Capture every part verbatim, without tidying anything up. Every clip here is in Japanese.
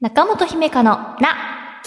中本姫香のな。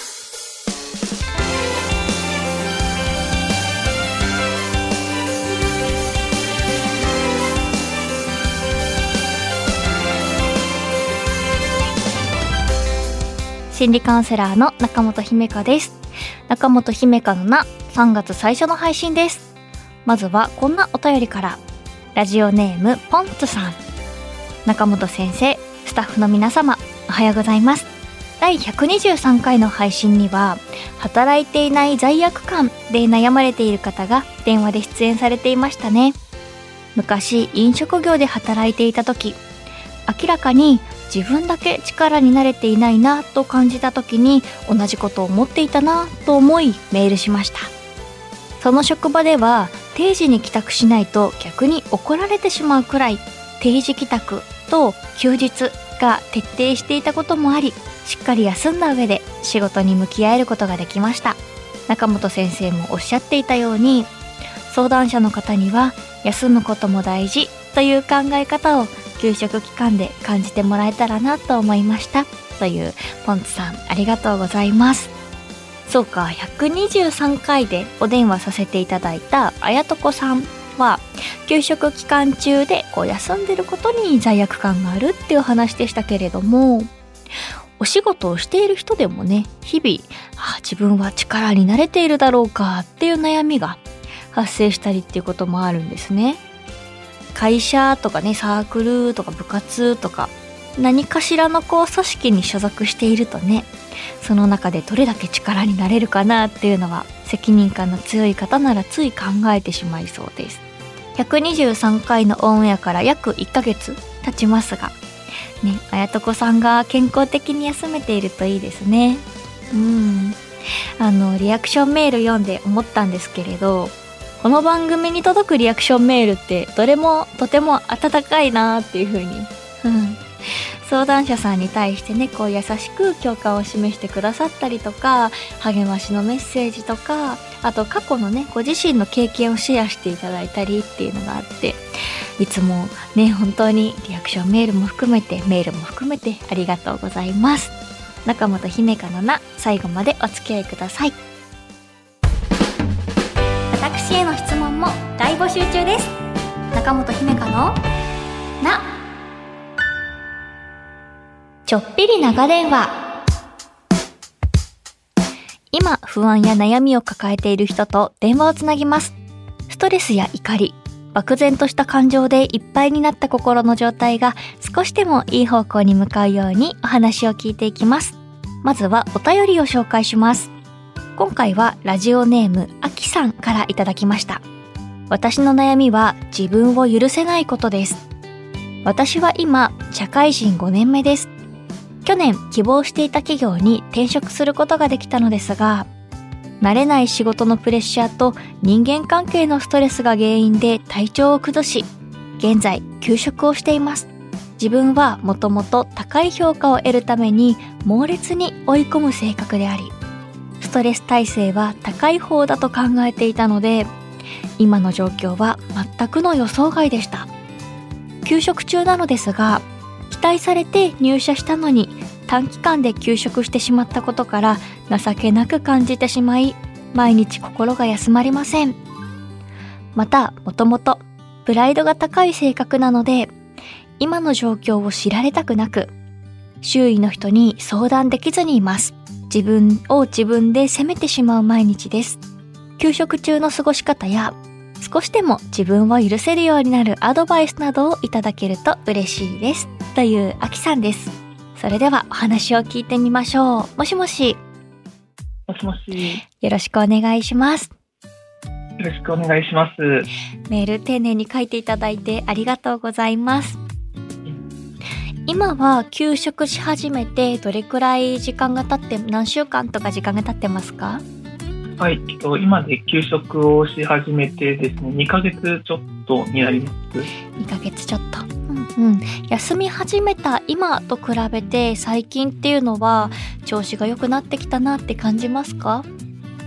心理カウンセラーの中本姫香です。中本姫香のな、さんがつ最初の配信です。まずはこんなお便りから。ラジオネームポンツさん。中本先生、スタッフの皆様、おはようございます。だいひゃくにじゅうさんかいの配信には、働いていない罪悪感で悩まれている方が電話で出演されていましたね。昔飲食業で働いていた時、明らかに自分だけ力になれていないなと感じた時に、同じことを思っていたなと思いメールしました。その職場では定時に帰宅しないと逆に怒られてしまうくらい、定時帰宅と休日が徹底していたこともあり、しっかり休んだ上で仕事に向き合えることができました。中本先生もおっしゃっていたように、相談者の方には休むことも大事という考え方を休職期間で感じてもらえたらなと思いました、というポンツさん、ありがとうございます。そうか、ひゃくにじゅうさんかいでお電話させていただいたあやとこさんは、休職期間中でこう休んでることに罪悪感があるっていう話でしたけれども、お仕事をしている人でもね、日々、あ、自分は力になれているだろうかっていう悩みが発生したりっていうこともあるんですね。会社とかね、サークルとか部活とか、何かしらのこう組織に所属しているとね、その中でどれだけ力になれるかなっていうのは、責任感の強い方ならつい考えてしまいそうです。ひゃくにじゅうさんかいのオンエアから約いっかげつ経ちますがね、あやとこさんが健康的に休めているといいですね。うんあのリアクションメール読んで思ったんですけれど、この番組に届くリアクションメールってどれもとても温かいなっていう風に、うん、相談者さんに対してね、こう優しく共感を示してくださったりとか、励ましのメッセージとか、あと過去のね、ご自身の経験をシェアしていただいたりっていうのがあって、いつもね、本当にリアクションメールも含めて、メールも含めてありがとうございます。中本姫香のな、最後までお付き合いください。私への質問も大募集中です。中本姫香のな。ちょっぴり長電話。今不安や悩みを抱えている人と電話をつなぎます。ストレスや怒り、漠然とした感情でいっぱいになった心の状態が少しでもいい方向に向かうようにお話を聞いていきます。まずはお便りを紹介します。今回はラジオネームあきさんからいただきました。私の悩みは自分を許せないことです。私は今社会人ごねんめです。去年希望していた企業に転職することができたのですが、慣れない仕事のプレッシャーと人間関係のストレスが原因で体調を崩し、現在休職をしています。自分はもともと高い評価を得るために猛烈に追い込む性格であり、ストレス耐性は高い方だと考えていたので、今の状況は全くの予想外でした。休職中なのですが、期待されて入社したのに短期間で休職してしまったことから情けなく感じてしまい、毎日心が休まりません。また、もともとプライドが高い性格なので、今の状況を知られたくなく、周囲の人に相談できずにいます。自分を自分で責めてしまう毎日です。休職中の過ごし方や、少しでも自分を許せるようになるアドバイスなどをいただけると嬉しいです。というあきさんです。それではお話を聞いてみましょう。もしもし。 もしもし。 よろしくお願いします。 よろしくお願いします。 メール丁寧に書いていただいてありがとうございます。今は休職し始めてどれくらい時間が経って、何週間とか時間が経ってますか？ はい、えっと、今で休職をし始めてですね、にかげつちょっとになります。 にかげつちょっと。うんうん。休み始めた今と比べて最近っていうのは調子が良くなってきたなって感じますか？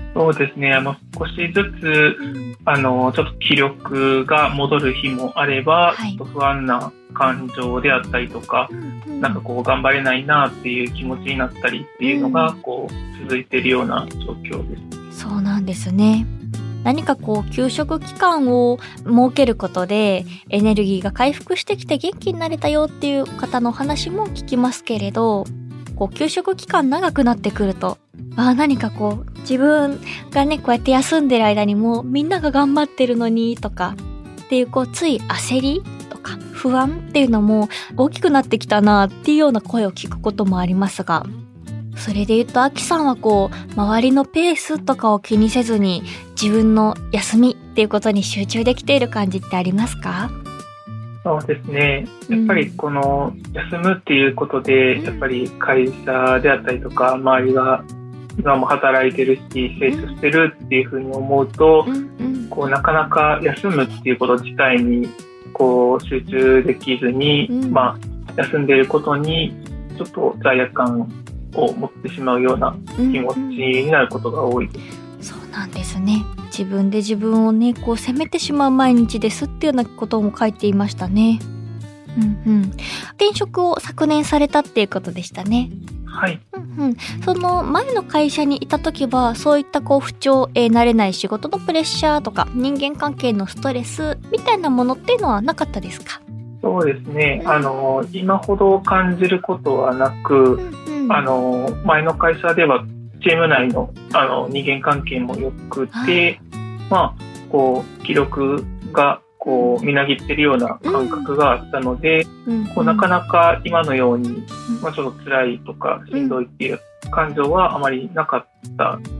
そうですね。あの、少しずつ、あの、ちょっと気力が戻る日もあれば、 はい、 ちょっと不安な感情であったりとか、 うんうん、 なんかこう、頑張れないなっていう気持ちになったりっていうのが、こう、続いているような状況です。 そうなんですね。何かこう休職期間を設けることでエネルギーが回復してきて元気になれたよっていう方の話も聞きますけれど、こう休職期間長くなってくると、あ、何かこう自分がねこうやって休んでる間にもみんなが頑張ってるのにとかっていう、こうつい焦りとか不安っていうのも大きくなってきたなっていうような声を聞くこともありますが、それで言うと、アキさんはこう周りのペースとかを気にせずに自分の休みっていうことに集中できている感じってありますか？ そうですね。やっぱりこの休むっていうことで、うん、やっぱり会社であったりとか周りが今も働いてるし成長してるっていうふうに思うと、うんうん、こうなかなか休むっていうこと自体にこう集中できずに、うん、まあ休んでいることにちょっと罪悪感を持ってしまうような気持ちになることが多いです、うんうん、 そうなんですね。自分で自分をねこう責めてしまう毎日ですっていうようなことも書いていましたね。うんうん。転職を昨年されたっていうことでしたね。 はい、 うんうん、その前の会社にいた時はそういったこう不調、えー、慣れない仕事のプレッシャーとか人間関係のストレスみたいなものっていうのはなかったですか？ そうですね、あの今ほど感じることはなく、うんうん、あの前の会社ではチーム内 の, あの人間関係も良くて、はい、まあこう記録がこうみなぎってるような感覚があったので、うん、こうなかなか今のように、まあ、ちょっと辛いとかしんどいっていう感情はあまりなかったです。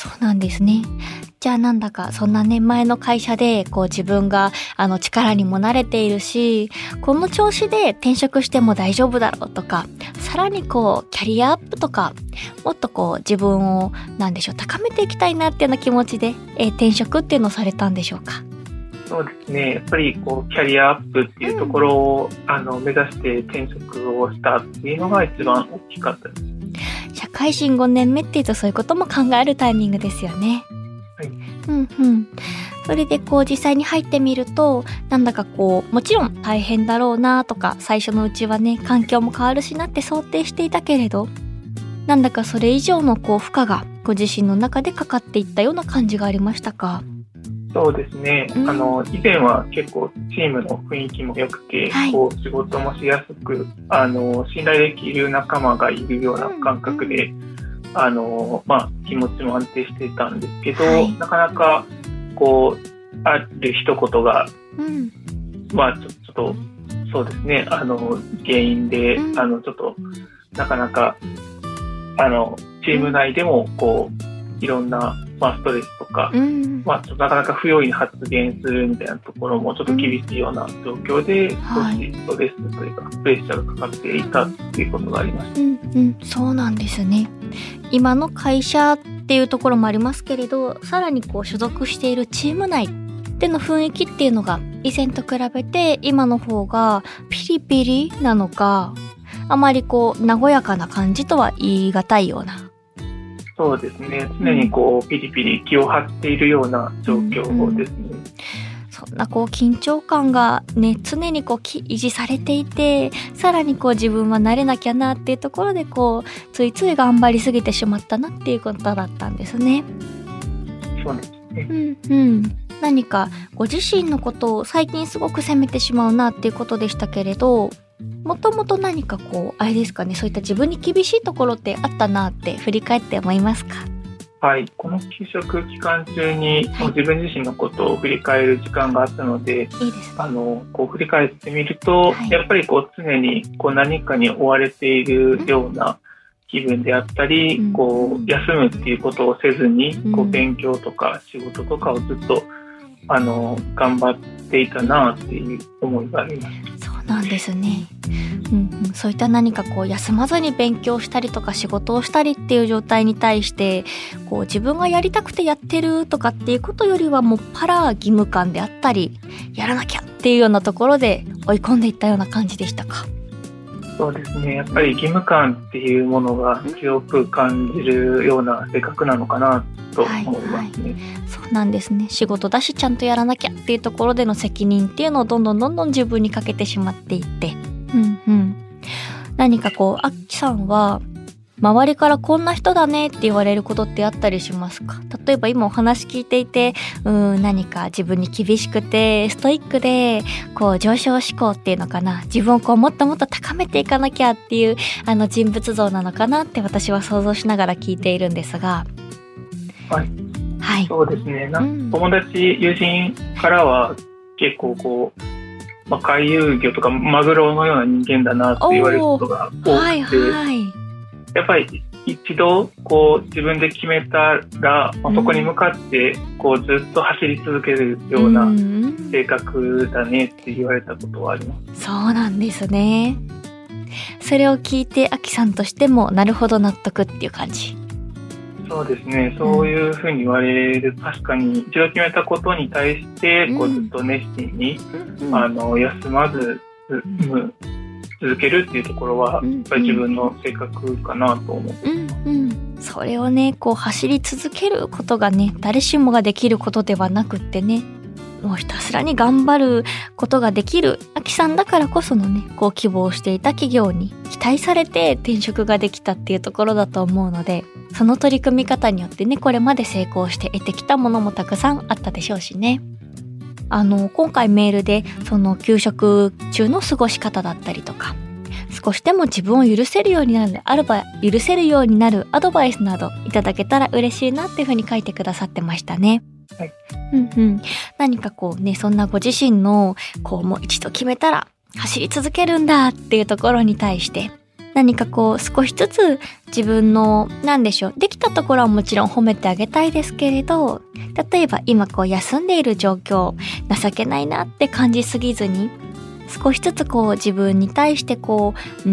そうなんですね。じゃあなんだかそんなね前の会社でこう自分があの力にも慣れているし、この調子で転職しても大丈夫だろうとか、さらにこうキャリアアップとかもっとこう自分をなんでしょう高めていきたいなっていうような気持ちで、えー、転職っていうのをされたんでしょうか？ そうですね、やっぱりこうキャリアアップっていうところを、うん、あの目指して転職をしたっていうのが一番大きかったです。 社会人ごねんめっていうとそういうことも考えるタイミングですよね。 はい、 うんうん。それでこう実際に入ってみるとなんだかこうもちろん大変だろうなとか最初のうちはね環境も変わるしなって想定していたけれど、なんだかそれ以上のこう負荷がご自身の中でかかっていったような感じがありましたか？ そうですね、うん、あの以前は結構チームの雰囲気も良くて、はい、こう仕事もしやすくあの信頼できる仲間がいるような感覚で、うんうんあのまあ、気持ちも安定していたんですけど、はい、なかなかこうある一言が、うんまあ、ちょ、ちょっとそうですねあの原因で、うん、あのちょっとなかなかあのチーム内でもこういろんな、まあ、ストレスとか、うんまあ、ちょっとなかなか不用意に発言するみたいなところもちょっと厳しいような状況で、うん、少しストレスというか、はい、プレッシャーがかかっていたっていうことがありました。 うんうん、そうなんですね。今の会社っていうところもありますけれど、さらにこう所属しているチーム内での雰囲気っていうのが以前と比べて今の方がピリピリなのか、あまりこう和やかな感じとは言い難いような。 そうですね、常にこうピリピリ気を張っているような状況ですね、うんうん、 そんなこう緊張感がね常にこう維持されていて、さらにこう自分は慣れなきゃなっていうところでこうついつい頑張りすぎてしまったなっていうことだったんですね。 そうですね、 うんうん、何かご自身のことを最近すごく責めてしまうなっていうことでしたけれど、もともと何かこうあれですかね、そういった自分に厳しいところってあったなって振り返って思いますか？ はい、この休職期間中に、はい、自分自身のことを振り返る時間があったので、いいですね、あのこう振り返ってみると、はい、やっぱりこう常にこう何かに追われているような気分であったり、うん、こう休むっていうことをせずに、うん、こう勉強とか仕事とかをずっとあの頑張っていたなっていう思いがあります。 そうなんですね、うんうん、そういった何かこう休まずに勉強したりとか仕事をしたりっていう状態に対してこう自分がやりたくてやってるとかっていうことよりはもっぱら義務感であったりやらなきゃっていうようなところで追い込んでいったような感じでしたか？ そうですね。やっぱり義務感っていうものが強く感じるような性格なのかなと思いますね。はいはい、 そうなんですね。仕事だしちゃんとやらなきゃっていうところでの責任っていうのをどんどんどんどん自分にかけてしまっていって、うんうん。何かこう、あきさんは周りからこんな人だねって言われることってあったりしますか？例えば今お話聞いていて、うーん、何か自分に厳しくてストイックでこう上昇志向っていうのかな、自分をこうもっともっと高めていかなきゃっていうあの人物像なのかなって私は想像しながら聞いているんですが。 はい、 はい、 そうですね。な、うん、友達友人からは結構こう、まあ、回遊魚とかマグロのような人間だなって言われることが多くて、はいはい、やっぱり一度こう自分で決めたら、まあ、そこに向かってこうずっと走り続けるような性格だねって言われたことはあります。 うん、そうなんですね。それを聞いてあきさんとしてもなるほど納得っていう感じ。 そうですね。そういうふうに言われる、うん、確かに一度決めたことに対してこうずっと熱心に、うん、あの休まず、うん続けるっていうところはやっぱり自分の性格かなと思って、うんうん、 それをねこう走り続けることがね誰しもができることではなくってね、もうひたすらに頑張ることができるあきさんだからこそのねこう希望していた企業に期待されて転職ができたっていうところだと思うので、その取り組み方によってねこれまで成功して得てきたものもたくさんあったでしょうしね。あの今回メールでその休職中の過ごし方だったりとか、少しでも自分を許せるようになるアルバ許せるようになるアドバイスなどいただけたら嬉しいなっていうふうに書いてくださってましたね。 はい、 うんうん。何かこうねそんなご自身のこうもう一度決めたら走り続けるんだっていうところに対して何かこう少しずつ自分の何でしょうできたところはもちろん褒めてあげたいですけれど、例えば今こう休んでいる状況情けないなって感じすぎずに少しずつこう自分に対してこう、うん、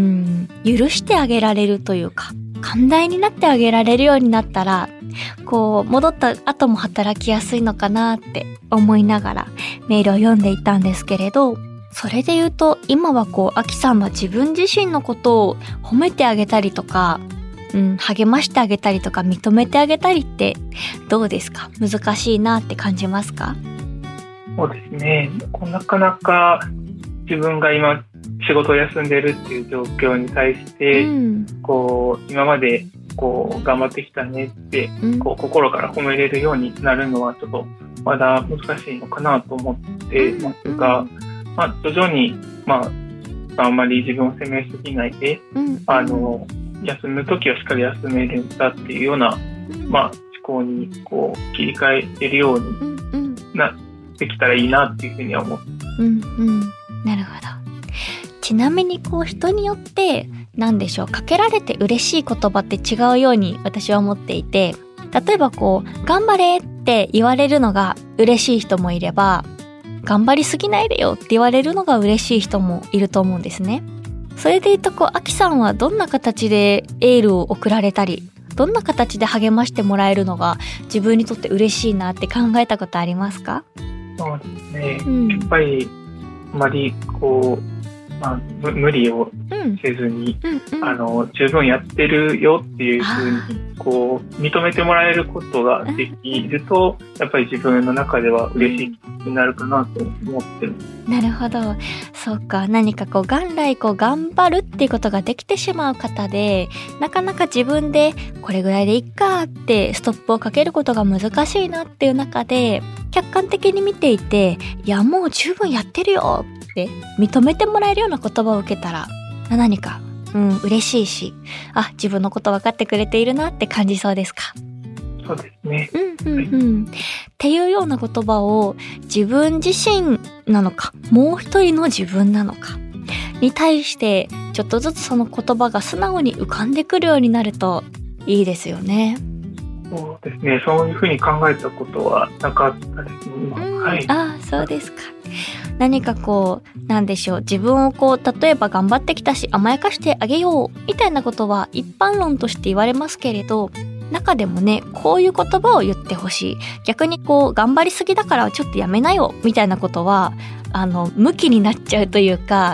許してあげられるというか寛大になってあげられるようになったらこう戻った後も働きやすいのかなって思いながらメールを読んでいたんですけれど、それで言うと今はこうあきさんは自分自身のことを褒めてあげたりとか、うん、励ましてあげたりとか認めてあげたりってどうですか？難しいなって感じますか？ そうですね。なかなか自分が今仕事を休んでるっていう状況に対して、うん、こう今までこう頑張ってきたねって、うん、こう心から褒めれるようになるのはちょっとまだ難しいのかなと思ってますが、うん、まあ、徐々に、まあ、あんまり自分を責めすぎないで、うん、あの休むときはしっかり休めるんだっていうような、まあ、思考にこう切り替えるようになってきたらいいなっていうふうには思ってます。 うんうん、なるほど。ちなみにこう人によって何でしょうかけられて嬉しい言葉って違うように私は思っていて、例えばこう頑張れって言われるのが嬉しい人もいれば、頑張りすぎないでよって言われるのが嬉しい人もいると思うんですね。それで言うとこうあきさんはどんな形でエールを送られたり、どんな形で励ましてもらえるのが自分にとって嬉しいなって考えたことありますか？ そうですね、うん、やっぱりあまりこうまあ、無理をせずに、うんうんうん、あの十分やってるよっていうふうにこう認めてもらえることができると、やっぱり自分の中では嬉しい気になるかなと思ってる。 なるほど。そうか、何かこう元来こう頑張るっていうことができてしまう方で、なかなか自分でこれぐらいでいいかってストップをかけることが難しいなっていう中で、客観的に見ていて、いやもう十分やってるよって認めてもらえるような言葉を受けたら、何か、うん、嬉しいし、あ、自分のこと分かってくれているなって感じそうですか？ そうですね。 うんうんうん。はい、っていうような言葉を自分自身なのか、もう一人の自分なのかに対してちょっとずつその言葉が素直に浮かんでくるようになるといいですよね。 そうですね。そういうふうに考えたことはなかったですね。今、うん、はい。 ああ、そうですか。何かこうなんでしょう、自分をこう例えば頑張ってきたし甘やかしてあげようみたいなことは一般論として言われますけれど、中でもねこういう言葉を言ってほしい、逆にこう頑張りすぎだからちょっとやめなよみたいなことはあの無気になっちゃうというか、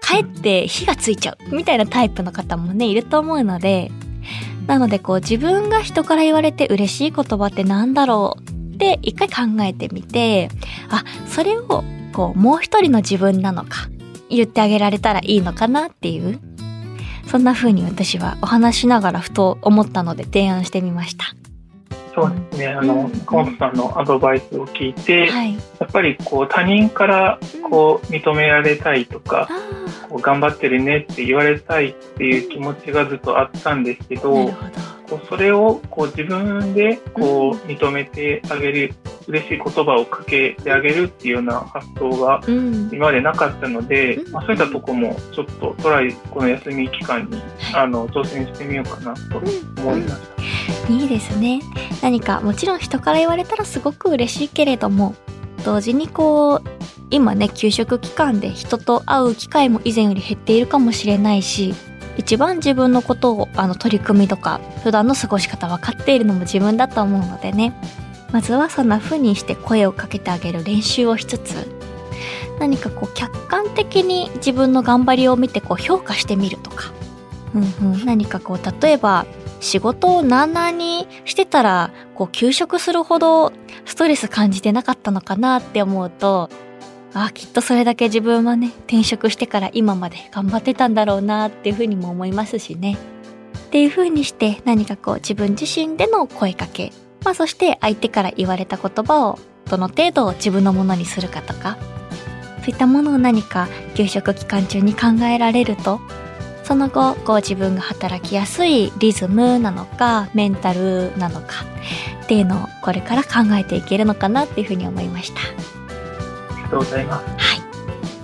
かえって火がついちゃうみたいなタイプの方もねいると思うので、なのでこう自分が人から言われて嬉しい言葉ってなんだろうって一回考えてみて、あ、それをこうもう一人の自分なのか言ってあげられたらいいのかなっていう、そんな風に私はお話しながらふと思ったので提案してみました。 そうですね、あの川本さんのアドバイスを聞いて、はい、やっぱりこう他人からこう認められたいとか、うん、こう頑張ってるねって言われたいっていう気持ちがずっとあったんですけど、うん、こうそれをこう自分でこう認めてあげる、うん、嬉しい言葉をかけてあげるっていうような発想が今までなかったので、うん、まあ、そういったとこもちょっとトライ、この休み期間にあの挑戦してみようかなと思いました。 うん、いいですね。何かもちろん人から言われたらすごく嬉しいけれども、同時にこう今ね休職期間で人と会う機会も以前より減っているかもしれないし、一番自分のことをあの取り組みとか普段の過ごし方分かっているのも自分だと思うのでね、まずはそんな風にして声をかけてあげる練習をしつつ、何かこう客観的に自分の頑張りを見てこう評価してみるとか、うんうん、何かこう例えば仕事をなあなあにしてたらこう休職するほどストレス感じてなかったのかなって思うと、あ、きっとそれだけ自分はね転職してから今まで頑張ってたんだろうなっていうふうにも思いますしね。っていうふうにして何かこう自分自身での声かけ、まあそして相手から言われた言葉をどの程度自分のものにするかとか、そういったものを何か休職期間中に考えられると、その後こう自分が働きやすいリズムなのかメンタルなのかっていうのをこれから考えていけるのかなっていうふうに思いました。 ありがとうございます。 はい。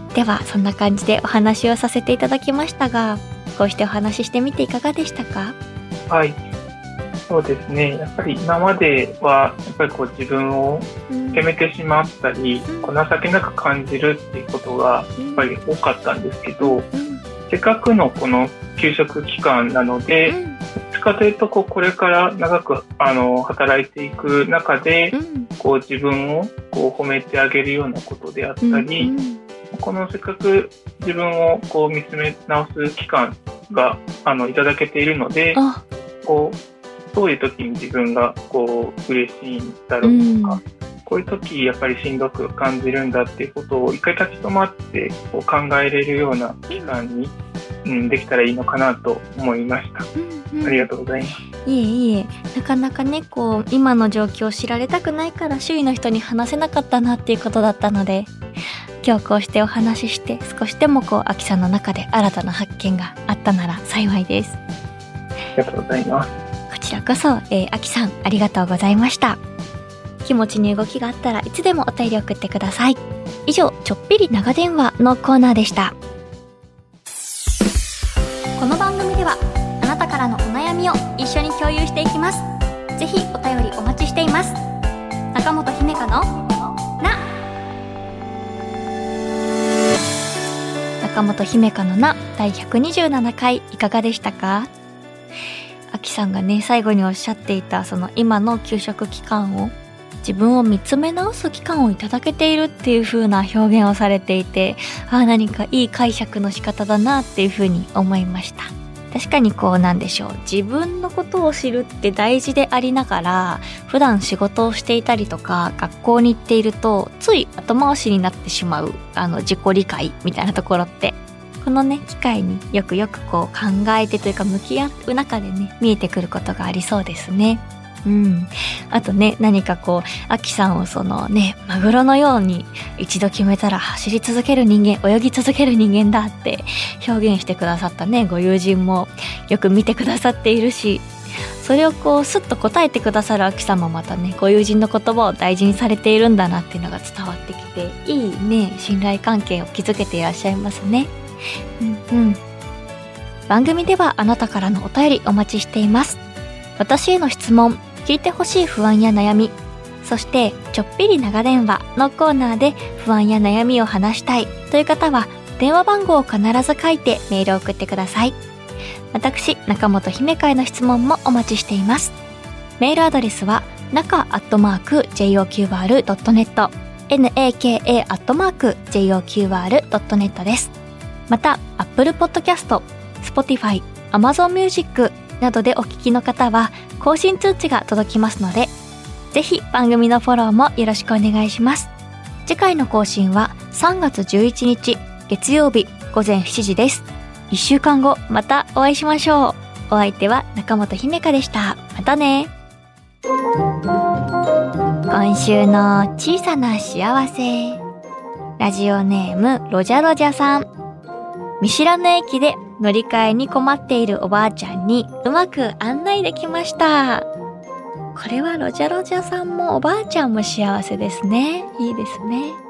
ではそんな感じでお話をさせていただきましたが、こうしてお話ししてみていかがでしたか？ はい。そうですね。やっぱり今まではやっぱりこう自分を責めてしまったり、うん、こう情けなく感じるっていうことがやっぱり多かったんですけど、うん、せっかくのこの休職期間なので、うん、どっちかというとこうこれから長くあの働いていく中で、うん、こう自分をこう褒めてあげるようなことであったり、うんうん、このせっかく自分をこう見つめ直す期間があのいただけているので、こうどういう時に自分がこう嬉しいんだろうとか、うん、こういう時やっぱりしんどく感じるんだっていうことを一回立ち止まってこう考えれるような期間に、うん、できたらいいのかなと思いました。うんうん、ありがとうございます。 いえいえ、なかなかねこう今の状況を知られたくないから周囲の人に話せなかったなっていうことだったので、今日こうしてお話しして少しでもこうあきさんの中で新たな発見があったなら幸いです。 ありがとうございます。 こちらこそ、えー、あきさんありがとうございました。気持ちに動きがあったらいつでもお便り送ってください。以上、ちょっぴり長電話のコーナーでした。この番組ではあなたからのお悩みを一緒に共有していきます。ぜひお便りお待ちしています。中本姫香のな中本姫香のなだいひゃくにじゅうななかいいかがでしたか？あきさんがね最後におっしゃっていたその今の休職期間を自分を見つめ直す期間をいただけているっていう風な表現をされていて、ああ何かいい解釈の仕方だなっていう風に思いました。確かにこうなんでしょう、自分のことを知るって大事でありながら普段仕事をしていたりとか学校に行っているとつい後回しになってしまうあの自己理解みたいなところってこのね機会によくよくこう考えてというか向き合う中でね見えてくることがありそうですね。うん。あとね何かこうあきさんをそのねマグロのように一度決めたら走り続ける人間、泳ぎ続ける人間だって表現してくださったねご友人もよく見てくださっているし、それをこうスッと答えてくださるあきさんもまたねご友人の言葉を大事にされているんだなっていうのが伝わってきて、いいね信頼関係を築けていらっしゃいますね。うんうん。番組ではあなたからのお便りお待ちしています。私への質問、聞いてほしい不安や悩み、そしてちょっぴり長電話のコーナーで不安や悩みを話したいという方は電話番号を必ず書いてメールを送ってください。私中本姫香への質問もお待ちしています。メールアドレスはなかアットマーク ジェイオーキューアールドットネット ナカ アットマーク ジェイオーキューアールドットネット です。 また Apple Podcast、Spotify、Amazon Music などでお聞きの方は更新通知が届きますので、ぜひ番組のフォローもよろしくお願いします。次回の更新はさんがつじゅういちにち月曜日ごぜんしちじです。いっしゅうかんごまたお会いしましょう。お相手は中本姫香でした。またね。今週の小さな幸せ。ラジオネームロジャロジャさん。見知らぬ駅で乗り換えに困っているおばあちゃんにうまく案内できました。これはロジャロジャさんもおばあちゃんも幸せですね。いいですね。